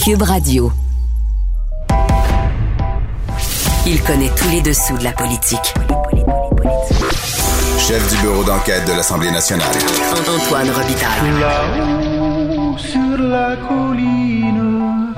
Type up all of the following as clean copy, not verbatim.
Cube Radio. Il connaît tous les dessous de la politique. Chef du bureau d'enquête de l'Assemblée nationale. Antoine Robitaille. Là-haut sur la colline.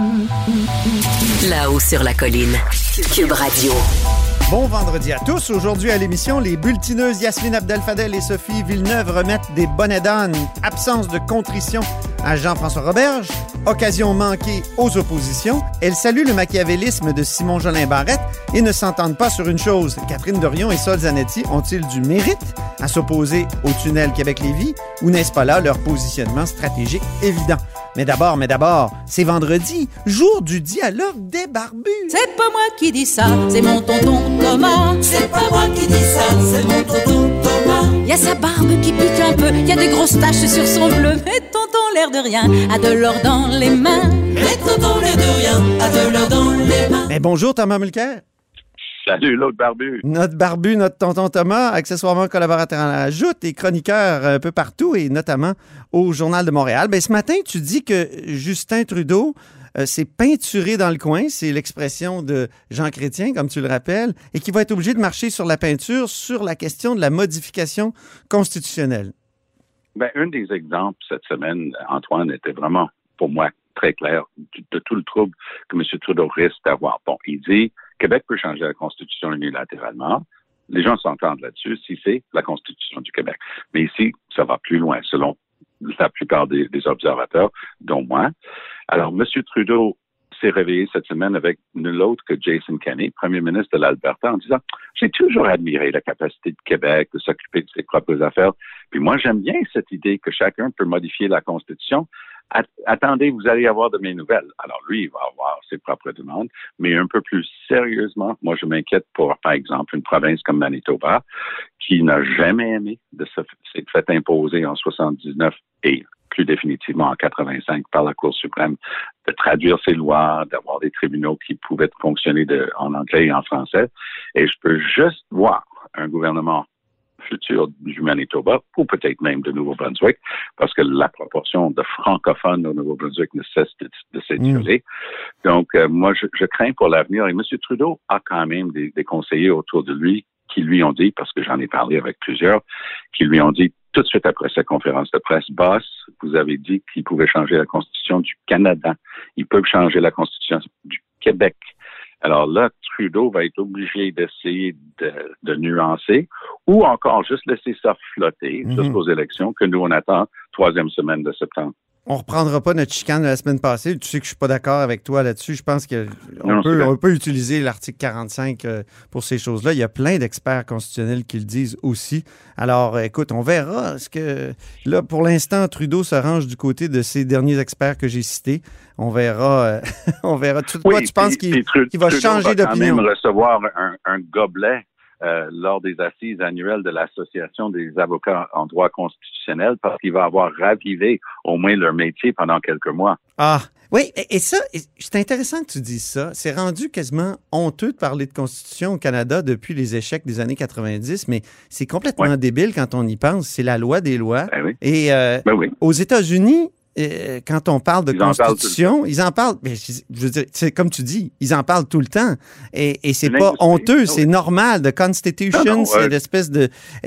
Là-haut sur la colline. Cube Radio. Bon vendredi à tous. Aujourd'hui à l'émission, les bulletineuses Yasmine Abdel-Fadel et Sophie Villeneuve remettent des bonnets d'âne. Absence de contrition à Jean-François Roberge. Occasion manquée aux oppositions. Elles saluent le machiavélisme de Simon Jolin Barrette et ne s'entendent pas sur une chose. Catherine Dorion et Sol Zanetti ont-ils du mérite à s'opposer au tunnel Québec-Lévis ou n'est-ce pas là leur positionnement stratégique évident? Mais d'abord, c'est vendredi, jour du dialogue des barbus. C'est pas moi qui dis ça, c'est mon tonton Thomas. C'est pas moi qui dis ça, c'est mon tonton Thomas. Y a sa barbe qui pique un peu, y a des grosses taches sur son bleu. Mais tonton, l'air de rien, a de l'or dans les mains. Mais tonton, l'air de rien, a de l'or dans les mains. Mais bonjour Thomas Mulcair. Salut, l'autre barbu. Notre barbu, notre tonton Thomas, accessoirement collaborateur à la Joute et chroniqueur un peu partout et notamment au Journal de Montréal. Ben, ce matin, tu dis que Justin Trudeau s'est peinturé dans le coin, c'est l'expression de Jean Chrétien, comme tu le rappelles, et qu'il va être obligé de marcher sur la peinture sur la question de la modification constitutionnelle. Ben, un des exemples cette semaine, Antoine, était vraiment, pour moi, très clair de tout le trouble que M. Trudeau risque d'avoir. Bon, il dit Québec peut changer la Constitution unilatéralement. Les gens s'entendent là-dessus si c'est la Constitution du Québec. Mais ici, ça va plus loin, selon la plupart des observateurs, dont moi. Alors, M. Trudeau s'est réveillé cette semaine avec nul autre que Jason Kenney, premier ministre de l'Alberta, en disant « J'ai toujours admiré la capacité de Québec de s'occuper de ses propres affaires. Puis moi, j'aime bien cette idée que chacun peut modifier la Constitution. Attendez, vous allez avoir de mes nouvelles. » Alors lui, il va avoir ses propres demandes, mais un peu plus sérieusement, moi je m'inquiète pour, par exemple, une province comme Manitoba, qui n'a jamais aimé de s'être fait imposer en 79 et plus définitivement en 85 par la Cour suprême, de traduire ses lois, d'avoir des tribunaux qui pouvaient fonctionner en anglais et en français. Et je peux juste voir un gouvernement futur du Manitoba, ou peut-être même de Nouveau-Brunswick, parce que la proportion de francophones au Nouveau-Brunswick ne cesse de s'étioler. Donc, moi, je crains pour l'avenir. Et M. Trudeau a quand même des conseillers autour de lui qui lui ont dit, parce que j'en ai parlé avec plusieurs, qui lui ont dit tout de suite après sa conférence de presse, Boss, vous avez dit qu'il pouvait changer la Constitution du Canada. Il peut changer la Constitution du Québec. Alors là, Trudeau va être obligé d'essayer de nuancer ou encore juste laisser ça flotter jusqu'aux élections que nous, on attend, 3e semaine de septembre. On reprendra pas notre chicane de la semaine passée. Tu sais que je suis pas d'accord avec toi là-dessus. Je pense qu'on peut utiliser l'article 45 pour ces choses-là. Il y a plein d'experts constitutionnels qui le disent aussi. Alors, écoute, on verra. Est-ce que là, pour l'instant, Trudeau se range du côté de ces derniers experts que j'ai cités. On verra. On verra. Toi, tu penses qu'il va changer d'opinion? Il va quand même recevoir un gobelet lors des assises annuelles de l'Association des avocats en droit constitutionnel parce qu'il va avoir ravivé au moins leur métier pendant quelques mois. Ah, oui, et ça, c'est intéressant que tu dises ça. C'est rendu quasiment honteux de parler de Constitution au Canada depuis les échecs des années 90, mais c'est complètement débile quand on y pense. C'est la loi des lois. Ben oui. Et aux États-Unis, quand on parle de Constitution, ils en parlent, mais je veux dire, c'est comme tu dis, ils en parlent tout le temps. Et c'est pas honteux, c'est normal. The Constitution, c'est l'espèce de...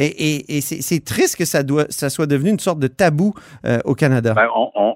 Et c'est triste que ça soit devenu une sorte de tabou au Canada. Ben,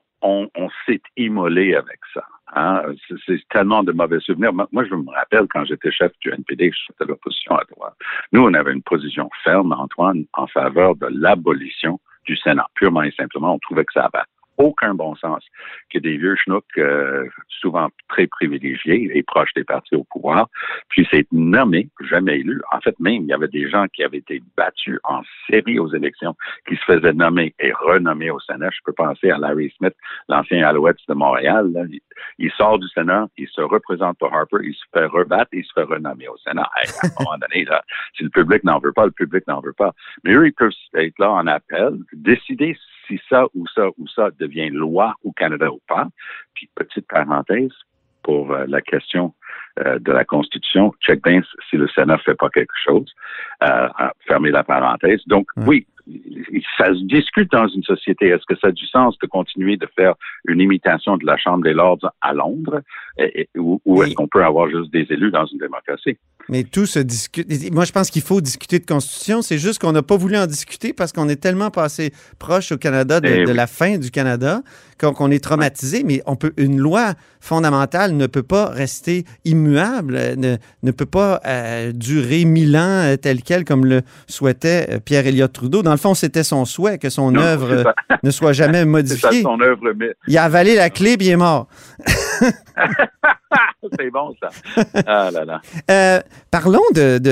on s'est immolé avec ça. Hein? C'est tellement de mauvais souvenirs. Moi, je me rappelle quand j'étais chef du NPD, je faisais l'opposition à droite. Nous, on avait une position ferme, Antoine, en faveur de l'abolition du Sénat. Purement et simplement, on trouvait que ça avait aucun bon sens que des vieux schnouks souvent très privilégiés et proches des partis au pouvoir puissent être nommés, jamais élus. En fait, même, il y avait des gens qui avaient été battus en série aux élections qui se faisaient nommer et renommer au Sénat. Je peux penser à Larry Smith, l'ancien Alouette de Montréal. Là. Il sort du Sénat, il se représente pour Harper, il se fait rebattre et il se fait renommer au Sénat. À un moment donné, là, si le public n'en veut pas, le public n'en veut pas. Mais eux, ils peuvent être là en appel, décider si ça ou ça ou ça devient loi au Canada ou pas. Puis, petite parenthèse, pour la question de la Constitution, check bien si le Sénat fait pas quelque chose. Fermez la parenthèse. Donc, oui, ça se discute dans une société. Est-ce que ça a du sens de continuer de faire une imitation de la Chambre des Lords à Londres ou est-ce qu'on peut avoir juste des élus dans une démocratie? Mais tout se discute. Moi, je pense qu'il faut discuter de Constitution. C'est juste qu'on n'a pas voulu en discuter parce qu'on est tellement passé proche au Canada de la fin du Canada qu'on est traumatisé. Mais une loi fondamentale ne peut pas rester immuable, ne peut pas durer 1000 ans tel quel comme le souhaitait Pierre Elliott Trudeau. Dans le fond, c'était son souhait que son œuvre ne soit jamais modifiée. C'est ça, son œuvre, mais... Il a avalé la clé puis il est mort. C'est bon, ça. Ah là là. Parlons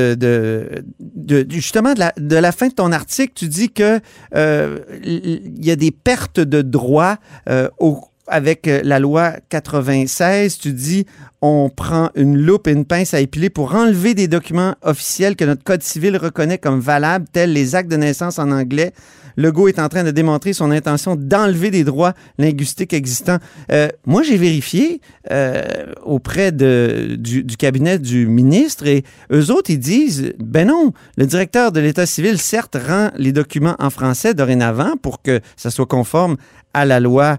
justement de la fin de ton article. Tu dis que il y a des pertes de droits avec la loi 96. Tu dis on prend une loupe et une pince à épiler pour enlever des documents officiels que notre Code civil reconnaît comme valables, tels les actes de naissance en anglais. Legault est en train de démontrer son intention d'enlever des droits linguistiques existants. Moi, j'ai vérifié auprès du cabinet du ministre et eux autres, ils disent, ben non, le directeur de l'État civil, certes, rend les documents en français dorénavant pour que ça soit conforme à la loi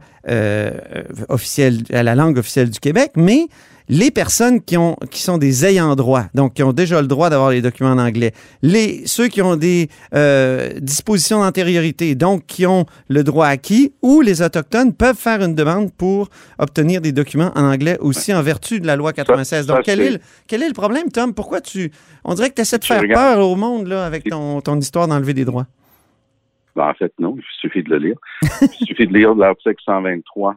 officielle, à la langue officielle du Québec, mais les personnes qui sont des ayants droit, donc qui ont déjà le droit d'avoir les documents en anglais, ceux qui ont des dispositions d'antériorité, donc qui ont le droit acquis, ou les Autochtones peuvent faire une demande pour obtenir des documents en anglais aussi en vertu de la loi 96. Donc, quel est le problème, Tom? Pourquoi on dirait que tu essaies de faire peur au monde là, avec ton histoire d'enlever des droits? Ben, en fait, non, il suffit de le lire. Il suffit de lire l'article 123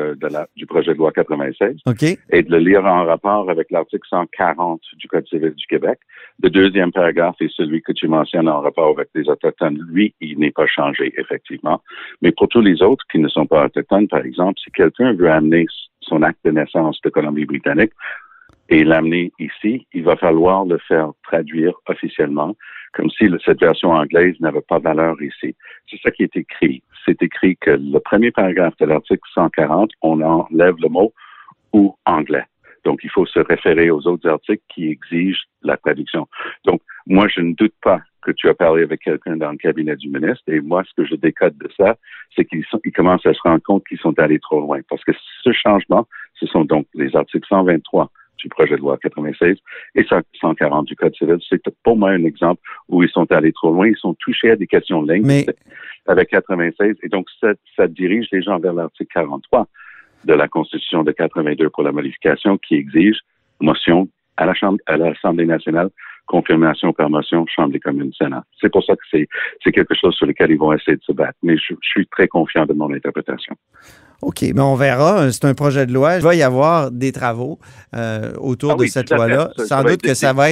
du projet de loi 96 et de le lire en rapport avec l'article 140 du Code civil du Québec. Le deuxième paragraphe est celui que tu mentionnes en rapport avec les Autochtones. Lui, il n'est pas changé, effectivement. Mais pour tous les autres qui ne sont pas autochtones, par exemple, si quelqu'un veut amener son acte de naissance de Colombie-Britannique et l'amener ici, il va falloir le faire traduire officiellement, comme si cette version anglaise n'avait pas valeur ici. C'est ça qui est écrit. C'est écrit que le premier paragraphe de l'article 140, on enlève le mot « ou anglais ». Donc, il faut se référer aux autres articles qui exigent la traduction. Donc, moi, je ne doute pas que tu as parlé avec quelqu'un dans le cabinet du ministre, et moi, ce que je décode de ça, c'est qu'ils commencent à se rendre compte qu'ils sont allés trop loin. Parce que ce changement, ce sont donc les articles 123 du projet de loi 96 et 140 du Code civil. C'est pour moi un exemple où ils sont allés trop loin. Ils sont touchés à des questions linguistiques avec 96 et donc ça dirige les gens vers l'article 43 de la Constitution de 82 pour la modification qui exige motion à l'Assemblée nationale, confirmation par motion, Chambre des communes, Sénat. C'est pour ça que c'est quelque chose sur lequel ils vont essayer de se battre. Mais je suis très confiant de mon interprétation. OK, mais on verra. C'est un projet de loi. Il va y avoir des travaux autour de cette loi-là. Sans doute que ça va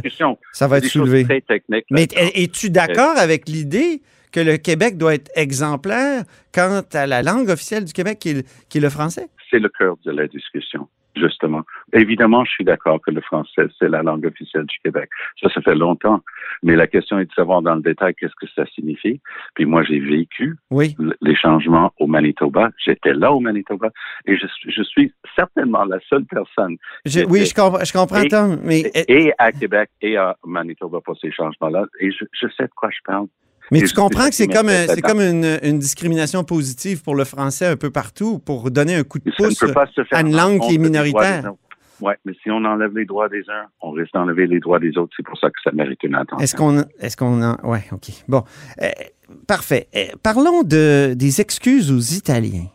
être soulevé. Très techniques, mais es-tu d'accord avec l'idée que le Québec doit être exemplaire quant à la langue officielle du Québec qui est le français? C'est le cœur de la discussion. Justement. Évidemment, je suis d'accord que le français, c'est la langue officielle du Québec. Ça fait longtemps. Mais la question est de savoir dans le détail qu'est-ce que ça signifie. Puis moi, j'ai vécu les changements au Manitoba. J'étais là au Manitoba et je suis certainement la seule personne. Je comprends, Tom. Et à Québec et à Manitoba pour ces changements-là. Et je sais de quoi je parle. Mais tu comprends que c'est comme une discrimination positive pour le français un peu partout, pour donner un coup de pouce à une langue qui est minoritaire. Oui, mais si on enlève les droits des uns, on risque d'enlever les droits des autres. C'est pour ça que ça mérite une attention. Est-ce qu'on en... Oui, OK. Bon, parfait. Parlons des excuses aux Italiens.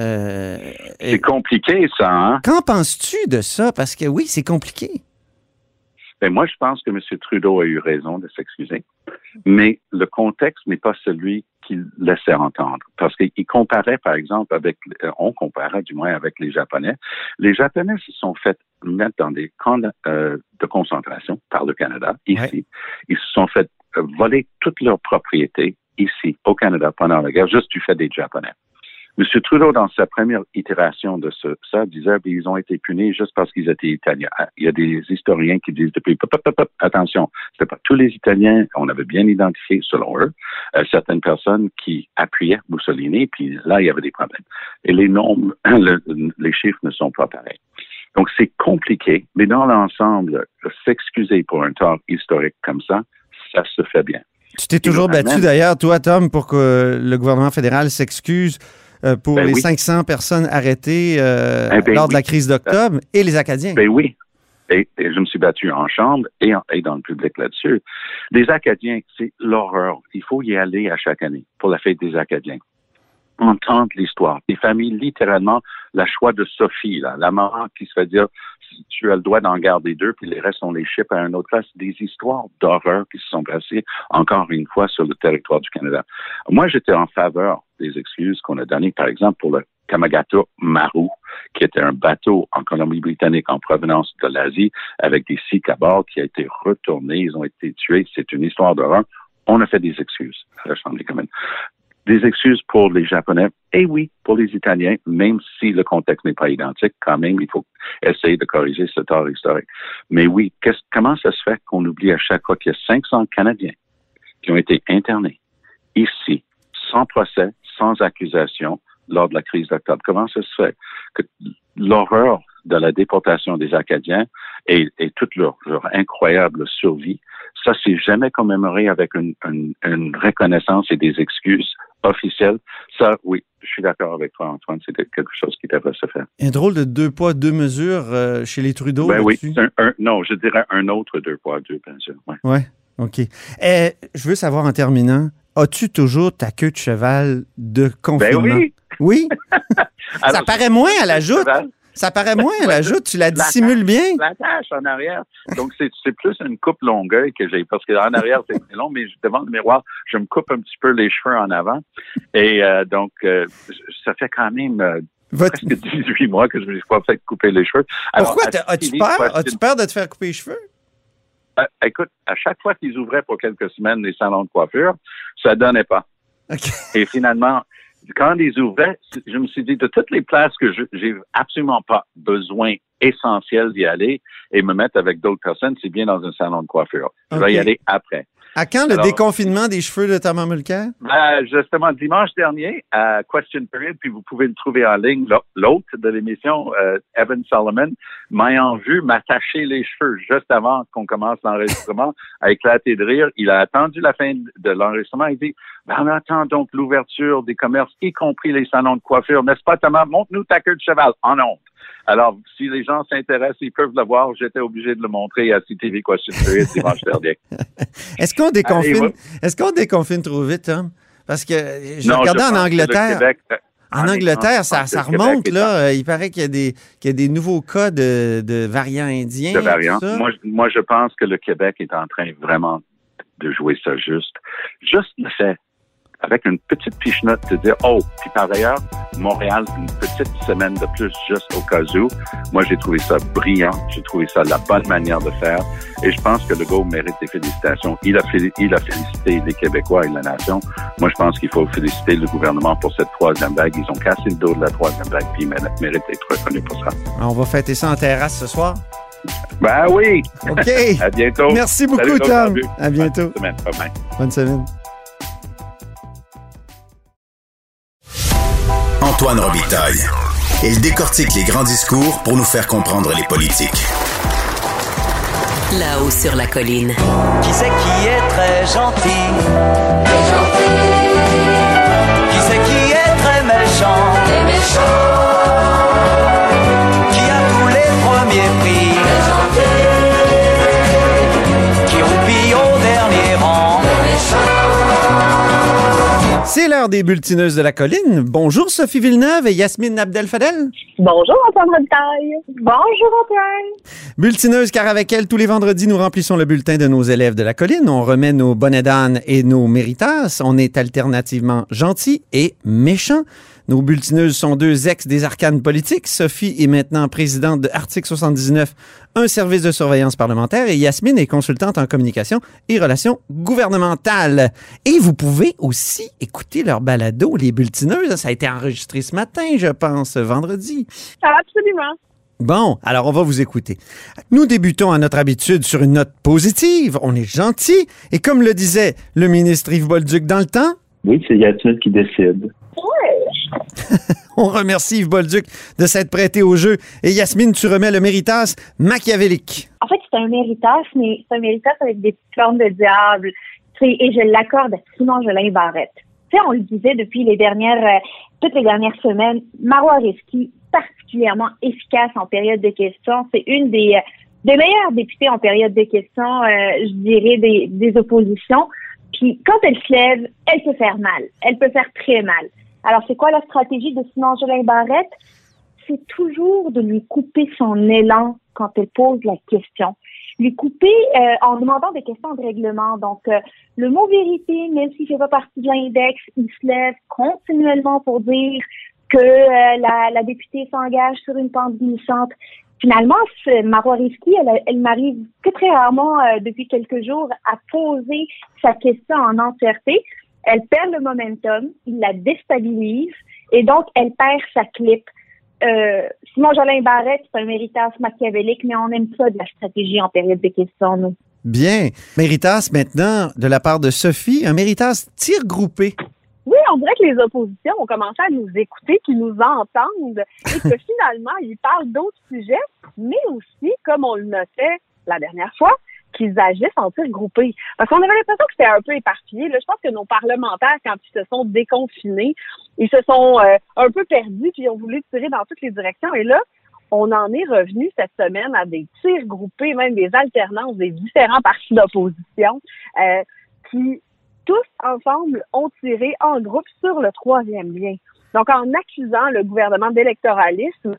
C'est compliqué, ça, hein? Qu'en penses-tu de ça? Parce que oui, c'est compliqué. Ben moi, je pense que M. Trudeau a eu raison de s'excuser, mais le contexte n'est pas celui qu'il laissait entendre. Parce qu'il comparait, par exemple, on comparait du moins avec les Japonais. Les Japonais se sont fait mettre dans des camps de concentration par le Canada, ici. Ouais. Ils se sont fait voler toutes leurs propriétés ici, au Canada, pendant la guerre, juste du fait des Japonais. M. Trudeau, dans sa première itération de ça, disait qu'ils ont été punis juste parce qu'ils étaient Italiens. Il y a des historiens qui disent depuis, attention, c'était pas tous les Italiens, on avait bien identifié, selon eux, certaines personnes qui appuyaient Mussolini, puis là, il y avait des problèmes. Et les nombres, les chiffres ne sont pas pareils. Donc, c'est compliqué, mais dans l'ensemble, s'excuser pour un tort historique comme ça se fait bien. Tu t'es toujours battu, d'ailleurs, toi, Tom, pour que le gouvernement fédéral s'excuse pour les 500 personnes arrêtées lors de la crise d'octobre et les Acadiens. Ben oui. Et je me suis battu en chambre et dans le public là-dessus. Les Acadiens, c'est l'horreur. Il faut y aller à chaque année pour la fête des Acadiens. Entendre l'histoire. Des familles, littéralement, la choix de Sophie, là, la maman qui se fait dire tu as le droit d'en garder 2, puis les restes, on les ship à un autre place. Des histoires d'horreur qui se sont passées, encore une fois, sur le territoire du Canada. Moi, j'étais en faveur des excuses qu'on a données, par exemple, pour le Kamagata Maru, qui était un bateau en Colombie-Britannique en provenance de l'Asie, avec des Sikhs à bord, qui a été retourné, ils ont été tués. C'est une histoire d'horreur. On a fait des excuses à l'Assemblée commune. Des excuses pour les Japonais, et oui, pour les Italiens, même si le contexte n'est pas identique, quand même, il faut essayer de corriger ce tort historique. Mais oui, comment ça se fait qu'on oublie à chaque fois qu'il y a 500 Canadiens qui ont été internés ici, sans procès, sans accusation, lors de la crise d'octobre? Comment ça se fait que l'horreur de la déportation des Acadiens et toute leur incroyable survie, ça, c'est jamais commémoré avec une reconnaissance et des excuses officielles. Ça, oui, je suis d'accord avec toi, Antoine, c'était quelque chose qui devrait se faire. Un drôle de 2 poids, 2 mesures chez les Trudeau. Ben oui, non, je dirais un autre 2 poids, 2 mesures. Ouais, OK. Je veux savoir en terminant, as-tu toujours ta queue de cheval de confinement? Ben oui! Oui? Alors, ça paraît moins à la joute. Ça paraît moins à la joute. Tu la dissimules bien. La tâche en arrière. Donc, c'est plus une coupe longueuil que j'ai. Parce qu'en arrière, c'est long, mais devant le miroir, je me coupe un petit peu les cheveux en avant. Et donc, ça fait quand même presque 18 mois que je me suis pas fait couper les cheveux. Alors, pourquoi? As-tu peur? As-tu peur de te faire couper les cheveux? Écoute, à chaque fois qu'ils ouvraient pour quelques semaines les salons de coiffure, ça donnait pas. Okay. Et finalement, quand ils ouvraient, je me suis dit, de toutes les places que j'ai absolument pas besoin essentiel d'y aller et me mettre avec d'autres personnes, c'est bien dans un salon de coiffure. Je vais y aller après. À quand le déconfinement des cheveux de Thomas Mulcair? Justement, dimanche dernier, à Question Period, puis vous pouvez le trouver en ligne, l'hôte de l'émission, Evan Solomon, m'a en vue m'attacher les cheveux juste avant qu'on commence l'enregistrement, a éclaté de rire. Il a attendu la fin de l'enregistrement. Il dit, on attend donc l'ouverture des commerces, y compris les salons de coiffure. N'est-ce pas, Thomas? Montre-nous ta queue de cheval en honte. Alors, si les gens s'intéressent, ils peuvent le voir. J'étais obligé de le montrer à CTV Question Period dimanche dernier. Est-ce qu'on déconfine trop vite, Tom? Parce que je regardais en Angleterre. En Angleterre, ça remonte, là. Il paraît qu'il y a des nouveaux cas de variants indiens. De variants. Moi, je pense que le Québec est en train vraiment de jouer ça juste. Juste le fait, avec une petite piche-note, de dire, puis par ailleurs, Montréal, une petite semaine de plus juste au cas où. Moi, j'ai trouvé ça brillant. J'ai trouvé ça la bonne manière de faire. Et je pense que Legault mérite des félicitations. Il a félicité les Québécois et la nation. Moi, je pense qu'il faut féliciter le gouvernement pour cette 3e vague. Ils ont cassé le dos de la 3e vague, puis ils méritent d'être reconnus pour ça. On va fêter ça en terrasse ce soir? Ben oui! OK! À bientôt! Merci beaucoup, Tom! À bientôt! Bonne semaine. Bye-bye. Bonne semaine. Antoine Robitaille. Il décortique les grands discours pour nous faire comprendre les politiques. Là-haut sur la colline. Qui c'est qui est très gentil? Très gentil. Qui c'est qui est très méchant? Très méchant. Qui a tous les premiers prix? Très gentil. Qui roupille au dernier rang? Très méchant. C'est l'heure des bulletineuses de la colline. Bonjour Sophie Villeneuve et Yasmine Abdel-Fadel. Bonjour Antoine Robitaille. Bonjour Antoine. Bulletineuses, car avec elle, tous les vendredis, nous remplissons le bulletin de nos élèves de la colline. On remet nos bonnets d'âne et nos méritas. On est alternativement gentils et méchants. Nos bulletineuses sont 2 ex des arcanes politiques. Sophie est maintenant présidente de Article 79, un service de surveillance parlementaire, et Yasmine est consultante en communication et relations gouvernementales. Et vous pouvez aussi écouter leur balado, les bulletineuses. Ça a été enregistré ce matin, je pense, vendredi. Absolument. Bon, alors on va vous écouter. Nous débutons à notre habitude sur une note positive. On est gentil. Et comme le disait le ministre Yves Bolduc dans le temps... Oui, c'est Yasmine qui décide. On remercie Yves Bolduc de s'être prêté au jeu. Et Yasmine, tu remets le méritas machiavélique. En fait, c'est un méritas, mais c'est un méritas avec des petites cornes de diable. Et je l'accorde à Simon Jolin Barrette. Tu sais, on le disait depuis toutes les dernières semaines, Marois Risky, particulièrement efficace en période de questions. C'est une des meilleures députées en période de questions, je dirais, des oppositions. Puis quand elle se lève, elle peut faire mal. Elle peut faire très mal. Alors, c'est quoi la stratégie de Simon Jolin Barrette? C'est toujours de lui couper son élan quand elle pose la question. Lui couper en demandant des questions de règlement. Donc, le mot vérité, même s'il fait pas partie de l'index, il se lève continuellement pour dire que la députée s'engage sur une pente glissante. Finalement, Marois Risky, elle m'arrive que très rarement depuis quelques jours à poser sa question en entièreté. Elle perd le momentum, il la déstabilise et donc elle perd sa clip. Simon Jolin Barrette, c'est un méritas machiavélique, mais on aime ça de la stratégie en période de questions, nous. Bien. Méritas maintenant, de la part de Sophie, un méritas tir groupé. Oui, on dirait que les oppositions ont commencé à nous écouter, qu'ils nous entendent et que finalement, ils parlent d'autres sujets, mais aussi, comme on le notait la dernière fois, qu'ils agissent en tir groupé. Parce qu'on avait l'impression que c'était un peu éparpillé. Là, je pense que nos parlementaires, quand ils se sont déconfinés, ils se sont un peu perdus puis ils ont voulu tirer dans toutes les directions. Et là, on en est revenu cette semaine à des tirs groupés, même des alternances des différents partis d'opposition qui, tous ensemble, ont tiré en groupe sur le troisième lien. Donc, en accusant le gouvernement d'électoralisme,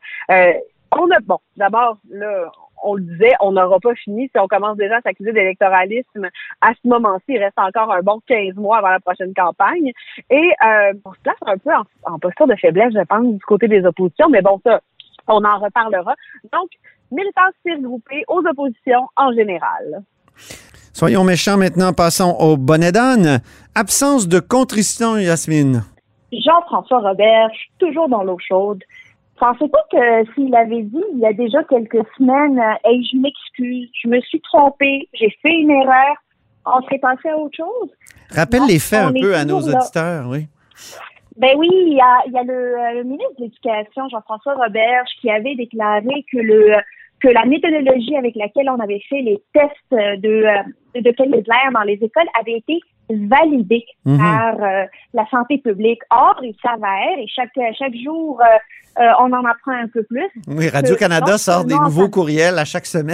d'abord, là, on le disait, on n'aura pas fini si on commence déjà à s'accuser d'électoralisme. À ce moment-ci, il reste encore un bon 15 mois avant la prochaine campagne. Et on se place un peu en posture de faiblesse, je pense, du côté des oppositions. Mais bon, ça, on en reparlera. Donc, militants tir groupés aux oppositions en général. Soyons méchants maintenant, passons au bonnet d'âne. Absence de contrition, Yasmine. Jean-François Robert, toujours dans l'eau chaude. Pensez pas que s'il avait dit il y a déjà quelques semaines, hey, je m'excuse, je me suis trompé, j'ai fait une erreur, on serait passé à autre chose. Rappelle les faits un peu à nos auditeurs, oui. Ben oui, il y a le ministre de l'Éducation, Jean-François Roberge, qui avait déclaré que la méthodologie avec laquelle on avait fait les tests de qualité de l'air dans les écoles avait été validée par la santé publique. Or, il s'avère, et chaque jour, on en apprend un peu plus. Oui, Radio-Canada sort des nouveaux courriels à chaque semaine.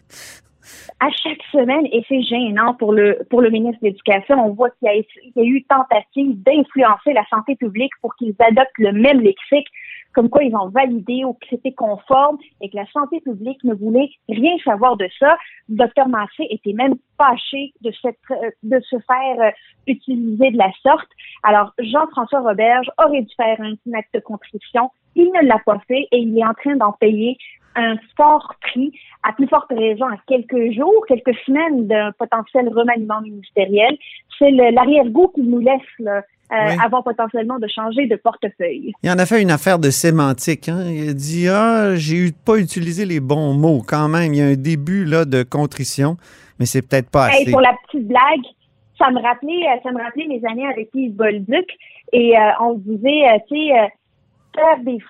À chaque semaine, et c'est gênant pour le ministre de l'Éducation. On voit qu'il y a eu tentative d'influencer la santé publique pour qu'ils adoptent le même lexique, comme quoi ils ont validé ou que c'était conforme et que la santé publique ne voulait rien savoir de ça. Le Dr Massé était même fâché de se faire utiliser de la sorte. Alors, Jean-François Roberge aurait dû faire un acte de contrition. Il ne l'a pas fait et il est en train d'en payer un fort prix, à plus forte raison à quelques jours, quelques semaines d'un potentiel remaniement ministériel. C'est l'arrière-goût qu'il nous laisse là, avant potentiellement de changer de portefeuille. Il en a fait une affaire de sémantique. Hein? Il a dit « j'ai pas utilisé les bons mots. » Quand même, il y a un début là, de contrition, mais c'est peut-être pas assez. Pour la petite blague, ça me rappelait mes années avec Yves Bolduc et on disait, faire des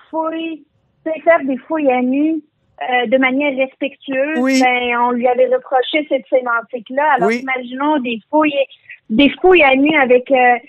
fouilles à nu, de manière respectueuse, ben, on lui avait reproché cette sémantique-là. Alors, imaginons des fouilles à nu avec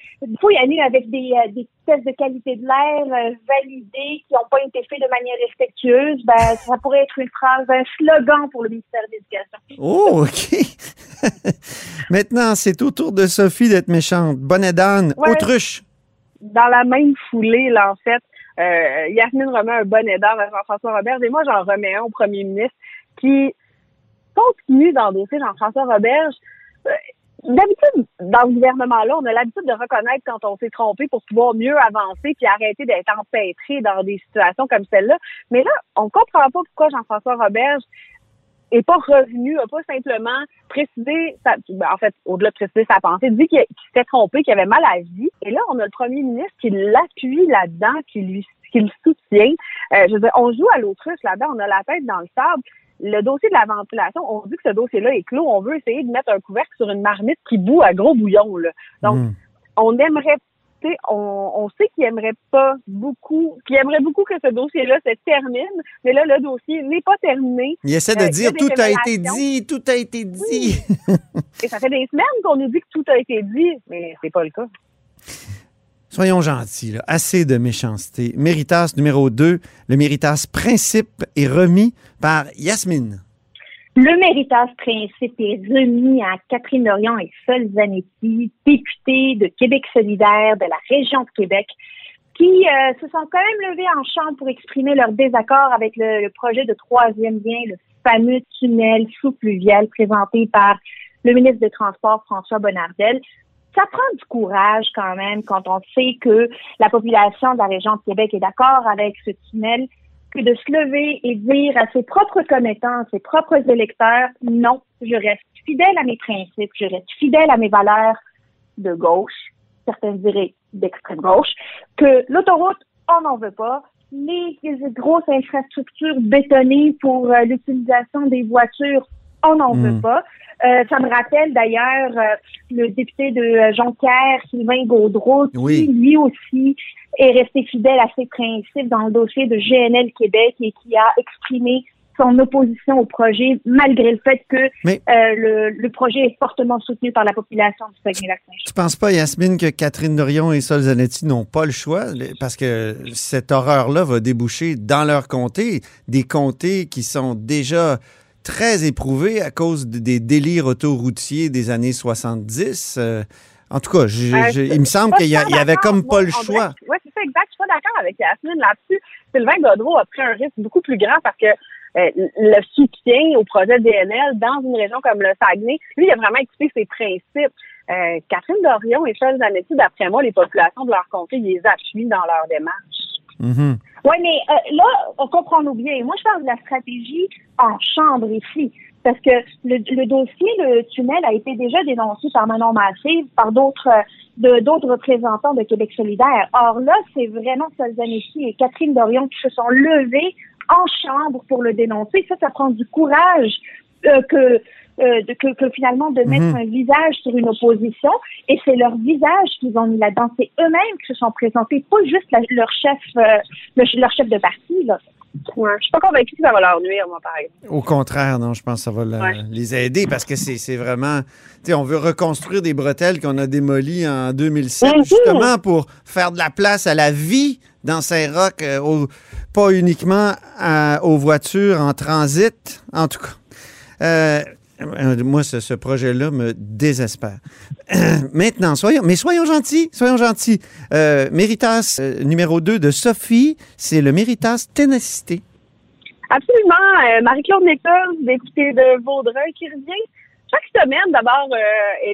des tests de qualité de l'air validés qui n'ont pas été faits de manière respectueuse. Ben, ça pourrait être une phrase, un slogan pour le ministère de l'Éducation. Oh, OK. Maintenant, c'est au tour de Sophie d'être méchante. Bonnet d'âne, autruche. Dans la même foulée, là, en fait, Yasmine remet un bonnet d'âne à Jean-François Roberge et moi, j'en remets un au premier ministre qui continue d'endosser Jean-François Roberge. D'habitude, dans ce gouvernement-là, on a l'habitude de reconnaître quand on s'est trompé pour pouvoir mieux avancer puis arrêter d'être empêtré dans des situations comme celle-là. Mais là, on comprend pas pourquoi Jean-François Roberge est pas revenu, a pas simplement précisé, en fait, au-delà de préciser sa pensée, dit qu'il s'était trompé, qu'il avait mal à la vie. Et là, on a le premier ministre qui l'appuie là-dedans, qui le soutient. Je veux dire, on joue à l'autruche là-dedans, on a la tête dans le sable. Le dossier de la ventilation, on dit que ce dossier-là est clos. On veut essayer de mettre un couvercle sur une marmite qui bout à gros bouillon, là. Donc, on aimerait sais, on sait qu'il aimerait beaucoup que ce dossier-là se termine, mais là, le dossier n'est pas terminé. Il essaie de dire tout a été dit. Et ça fait des semaines qu'on nous dit que tout a été dit, mais c'est pas le cas. Soyons gentils, là. Assez de méchanceté. Méritas numéro 2, le Méritas Principe est remis par Yasmine. Le Méritas Principe est remis à Catherine Dorion et Sol Zanetti, députées de Québec solidaire de la région de Québec, qui se sont quand même levées en chambre pour exprimer leur désaccord avec le projet de troisième lien, le fameux tunnel sous-fluvial présenté par le ministre des Transports, François Bonnardel. Ça prend du courage quand même quand on sait que la population de la région de Québec est d'accord avec ce tunnel, que de se lever et dire à ses propres commettants, à ses propres électeurs, non, je reste fidèle à mes principes, je reste fidèle à mes valeurs de gauche, certains diraient d'extrême gauche, que l'autoroute, on n'en veut pas, les grosses infrastructures bétonnées pour l'utilisation des voitures, on n'en veut pas. Ça me rappelle d'ailleurs le député de Jonquière, Sylvain Gaudreault, qui lui aussi est resté fidèle à ses principes dans le dossier de GNL Québec et qui a exprimé son opposition au projet malgré le fait que le projet est fortement soutenu par la population du Saguenay-Lac-Saint-Jean. Tu penses pas, Yasmine, que Catherine Dorion et Sol Zanetti n'ont pas le choix? Parce que cette horreur-là va déboucher dans leur comté, des comtés qui sont déjà très éprouvés à cause des délires autoroutiers des années 70. En tout cas, il me semble qu'il y avait comme pas le choix. Oui, c'est ça, exact. Je suis pas d'accord avec Yasmine là-dessus. Sylvain Gaudreault a pris un risque beaucoup plus grand parce que le soutien au projet DNL dans une région comme le Saguenay, lui, il a vraiment écouté ses principes. Catherine Dorion et Sol Zanetti, d'après moi, les populations de leur comté, ils les appuient dans leur démarche. Mm-hmm. Oui, mais là, on comprend-nous bien. Moi, je parle de la stratégie en chambre ici. Parce que le dossier, le tunnel, a été déjà dénoncé par Manon Massé, par d'autres représentants de Québec solidaire. Or là, c'est vraiment Sol Zanetti et Catherine Dorion qui se sont levés en chambre pour le dénoncer. Ça prend du courage que finalement de mettre un visage sur une opposition, et c'est leur visage qu'ils ont mis là-dedans. C'est eux-mêmes qui se sont présentés, pas juste leur chef de parti, là. Ouais, je suis pas convaincue que ça va leur nuire, moi, par exemple. Au contraire, non, je pense que ça va les aider parce que c'est vraiment... Tu sais, on veut reconstruire des bretelles qu'on a démolies en 2007, justement pour faire de la place à la vie dans Saint-Roch, pas uniquement aux voitures en transit, en tout cas. Moi, ce projet-là me désespère. Maintenant, soyons gentils. Méritas numéro 2 de Sophie, c'est le Méritas Ténacité. Absolument. Marie-Claude Nichols, députée de Vaudreuil, qui revient chaque semaine. D'abord, elle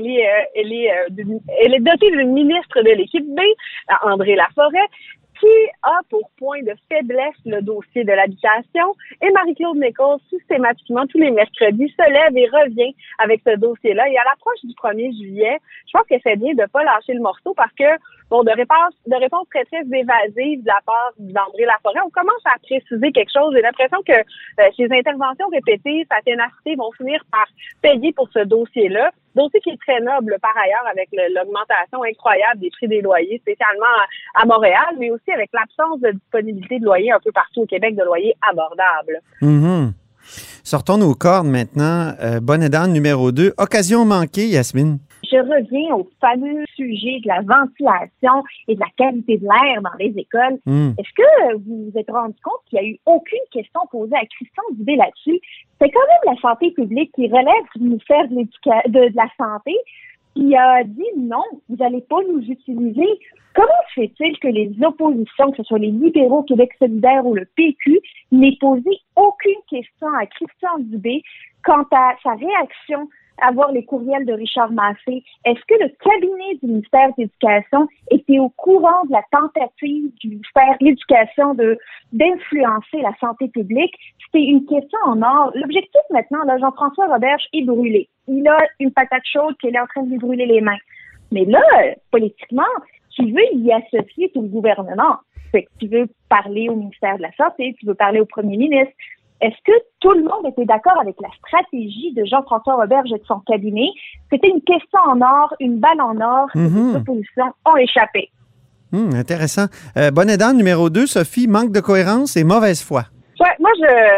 est dotée d'une ministre de l'équipe B, André Laforêt, qui a pour point de faiblesse le dossier de l'habitation. Et Marie-Claude Nichols, systématiquement, tous les mercredis, se lève et revient avec ce dossier-là. Et à l'approche du 1er juillet, je pense que c'est bien de pas lâcher le morceau parce que, de réponses très, très évasives de la part d'André Laforêt, on commence à préciser quelque chose. J'ai l'impression que ces interventions répétées, sa ténacité vont finir par payer pour ce dossier-là. Dossier qui est très noble par ailleurs avec l'augmentation incroyable des prix des loyers, spécialement à Montréal, mais aussi avec l'absence de disponibilité de loyers un peu partout au Québec, de loyers abordables. Mm-hmm. Sortons nos cordes maintenant. Bonne dame numéro 2. Occasion manquée, Yasmine. Je reviens au fameux sujet de la ventilation et de la qualité de l'air dans les écoles. Est-ce que vous vous êtes rendu compte qu'il n'y a eu aucune question posée à Christian Dubé là-dessus? C'est quand même la santé publique qui relève du ministère de la Santé qui a dit non, vous n'allez pas nous utiliser. Comment se fait-il que les oppositions, que ce soit les libéraux, Québec solidaire ou le PQ, n'aient posé aucune question à Christian Dubé quant à sa réaction à voir les courriels de Richard Massé? Est-ce que le cabinet du ministère de l'Éducation était au courant de la tentative du ministère de l'Éducation d'influencer la santé publique? C'était une question en or. L'objectif maintenant, là, Jean-François Roberge est brûlé. Il a une patate chaude qu'il est en train de lui brûler les mains. Mais là, politiquement, tu veux y associer tout le gouvernement. Fait que tu veux parler au ministère de la Santé, tu veux parler au premier ministre. Est-ce que tout le monde était d'accord avec la stratégie de Jean-François Roberge et de son cabinet? C'était une question en or, une balle en or, que les oppositions ont échappé. Intéressant. Bonnet d'âne numéro 2, Sophie, manque de cohérence et mauvaise foi. Ouais, moi,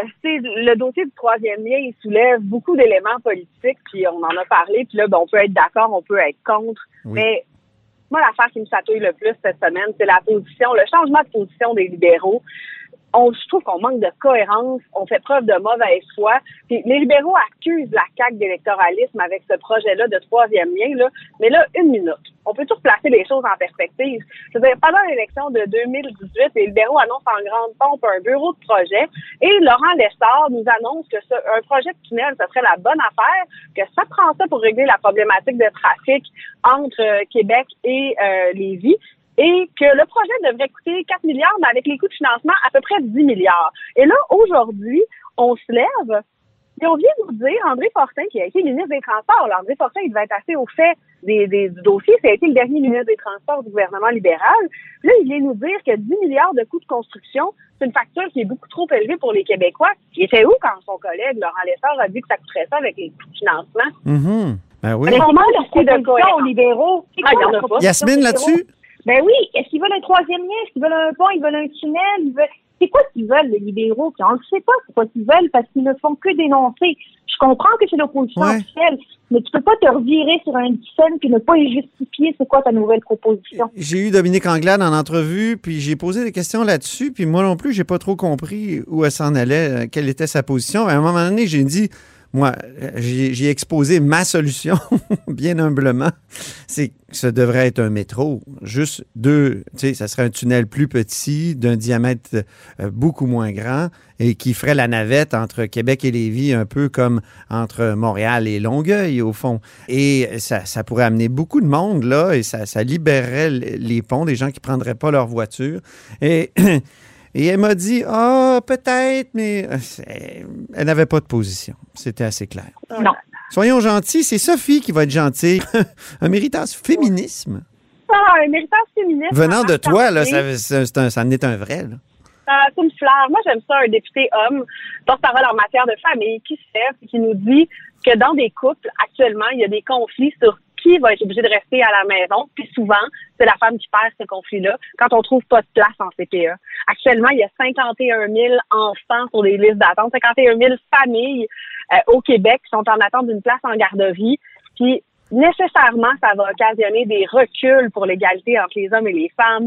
le dossier du troisième lien, il soulève beaucoup d'éléments politiques, puis on en a parlé, puis là, on peut être d'accord, on peut être contre, mais moi, l'affaire qui me chatouille le plus cette semaine, c'est la position, le changement de position des libéraux. Je trouve qu'on manque de cohérence, on fait preuve de mauvaise foi. Puis les libéraux accusent la CAQ d'électoralisme avec ce projet-là de troisième lien, là. Mais là, une minute. On peut toujours placer les choses en perspective. Je veux dire, pendant l'élection de 2018, les libéraux annoncent en grande pompe un bureau de projet et Laurent Lessard nous annonce que un projet de tunnel, ce serait la bonne affaire, que ça prend ça pour régler la problématique de trafic entre Québec et Lévis. Et que le projet devrait coûter 4 milliards, mais avec les coûts de financement, à peu près 10 milliards. Et là, aujourd'hui, on se lève et on vient nous dire, André Fortin, qui a été ministre des Transports, là, André Fortin, il devait être assez au fait du dossier, ça a été le dernier ministre des Transports du gouvernement libéral. Là, il vient nous dire que 10 milliards de coûts de construction, c'est une facture qui est beaucoup trop élevée pour les Québécois. Il était où quand son collègue, Laurent Lessard, a dit que ça coûterait ça avec les coûts de financement? Ben oui. Mais comment la proposition aux libéraux? Yasmine, là-dessus? Ben oui, est-ce qu'ils veulent un troisième lien? Est-ce qu'ils veulent un pont? Ils veulent un tunnel? C'est quoi qu'ils veulent, les libéraux? Puis on ne sait pas c'est quoi qu'ils veulent parce qu'ils ne font que dénoncer. Je comprends que c'est l'opposition officielle, mais tu peux pas te revirer sur un scène puis ne pas y justifier c'est quoi ta nouvelle proposition. J'ai eu Dominique Anglade en entrevue, puis j'ai posé des questions là-dessus, puis moi non plus, j'ai pas trop compris où elle s'en allait, quelle était sa position. À un moment donné, j'ai dit... Moi, j'ai exposé ma solution, bien humblement. C'est que ça devrait être un métro. Juste 2, tu sais, ça serait un tunnel plus petit, d'un diamètre beaucoup moins grand et qui ferait la navette entre Québec et Lévis, un peu comme entre Montréal et Longueuil, au fond. Et ça pourrait amener beaucoup de monde, là, et ça libérerait les ponts, des gens qui ne prendraient pas leur voiture. Et elle m'a dit, peut-être, mais elle n'avait pas de position. C'était assez clair. Non. Soyons gentils, c'est Sophie qui va être gentille. Un méritage féminisme. Un méritage féminisme. Venant de toi, là, ça en est un vrai, là. C'est une fleur. Moi, j'aime ça, un député homme, porte-parole en matière de famille, qui se lève et qui nous dit que dans des couples, actuellement, il y a des conflits sur qui va être obligé de rester à la maison. Puis souvent, c'est la femme qui perd ce conflit-là quand on trouve pas de place en CPE. Actuellement, il y a 51 000 enfants sur des listes d'attente, 51 000 familles au Québec qui sont en attente d'une place en garderie. Puis nécessairement, ça va occasionner des reculs pour l'égalité entre les hommes et les femmes,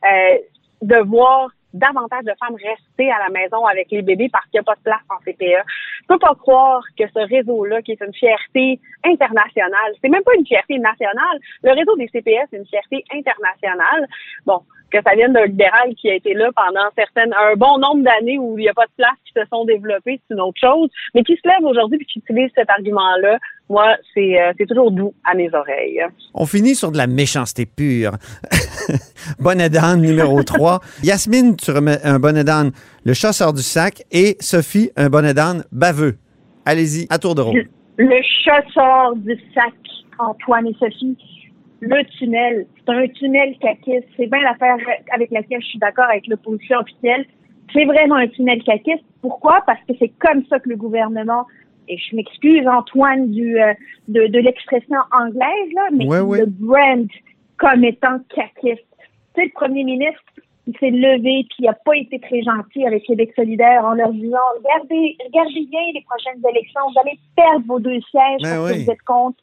de voir davantage de femmes rester à la maison avec les bébés parce qu'il n'y a pas de place en CPE. Je peux pas croire que ce réseau-là, qui est une fierté internationale, c'est même pas une fierté nationale. Le réseau des CPE, c'est une fierté internationale. Bon, que ça vienne d'un libéral qui a été là pendant un bon nombre d'années où il n'y a pas de place qui se sont développées, c'est une autre chose, mais qui se lève aujourd'hui et qui utilise cet argument-là, moi, c'est toujours doux à mes oreilles. On finit sur de la méchanceté pure. Bonnet d'âne numéro 3. Yasmine, tu remets un bonnet d'âne, le chat sort du sac, et Sophie, un bonnet d'âne baveux. Allez-y, à tour de rôle. Le chat sort du sac, Antoine et Sophie. Le tunnel, c'est un tunnel caquiste. C'est bien l'affaire avec laquelle je suis d'accord avec l'opposition officielle. C'est vraiment un tunnel caquiste. Pourquoi? Parce que c'est comme ça que le gouvernement, et je m'excuse Antoine de l'expression anglaise, là, mais le brand comme étant caquiste. Tu sais, le premier ministre, il s'est levé puis il n'a pas été très gentil avec Québec solidaire en leur disant regardez bien les prochaines élections, vous allez perdre vos 2 sièges parce que vous êtes contre.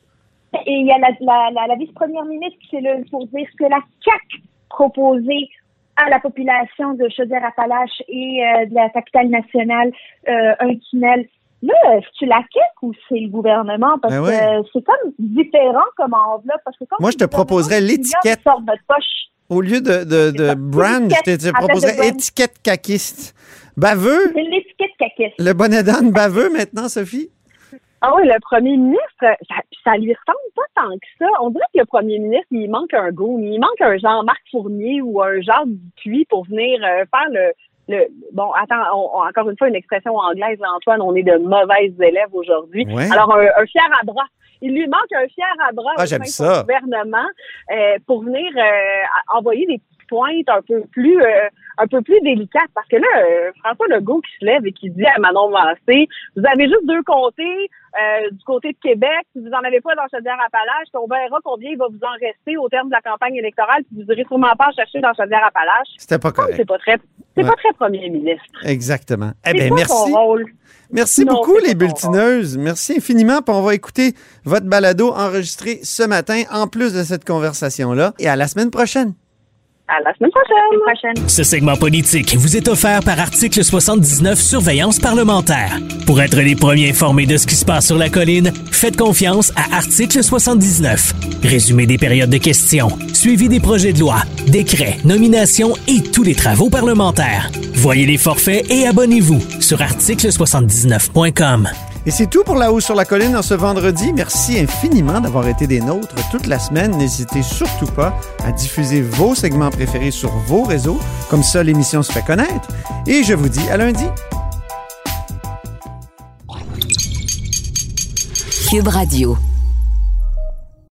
Et il y a la vice-première ministre qui s'est levée pour dire que la CAQ proposait à la population de Chaudière-Appalaches et de la capitale nationale un tunnel. Là, est-ce que la CAQ ou c'est le gouvernement? Parce que c'est comme différent comme enveloppe. Parce que moi, je te proposerais l'étiquette. Sort de notre poche. Au lieu de brand, je te proposerais étiquette caquiste. Baveux? C'est l'étiquette caquiste. Le bonnet d'âne baveux maintenant, Sophie? Ah oui, le premier ministre, ça lui ressemble pas tant que ça. On dirait que le premier ministre, il manque un goût. Il manque un Jean-Marc Fournier ou un Jacques Dupuis pour venir faire bon, attends, encore une fois, une expression anglaise, là, Antoine, on est de mauvaises élèves aujourd'hui. Ouais. Alors, un fier à bras. Il lui manque un fier à bras au sein de son gouvernement pour venir envoyer des pointe un peu plus délicate, parce que là, François Legault qui se lève et qui dit à Manon Massé, vous avez juste 2 comtés du côté de Québec, si vous en avez pas dans Chaudière-Appalaches, on verra combien il va vous en rester au terme de la campagne électorale, puis vous irez sûrement pas chercher dans Chaudière-Appalaches. C'était pas correct. C'est pas très premier ministre. Exactement. Eh bien, merci. Merci beaucoup, les bulletineuses. Merci infiniment. Puis on va écouter votre balado enregistré ce matin, en plus de cette conversation-là. Et à la semaine prochaine. À la semaine prochaine. Ce segment politique vous est offert par Article 79 Surveillance parlementaire. Pour être les premiers informés de ce qui se passe sur la colline, faites confiance à Article 79. Résumé des périodes de questions, suivi des projets de loi, décrets, nominations et tous les travaux parlementaires. Voyez les forfaits et abonnez-vous sur article79.com. Et c'est tout pour La Haut sur la Colline en ce vendredi. Merci infiniment d'avoir été des nôtres toute la semaine. N'hésitez surtout pas à diffuser vos segments préférés sur vos réseaux. Comme ça, l'émission se fait connaître. Et je vous dis à lundi. Cube Radio.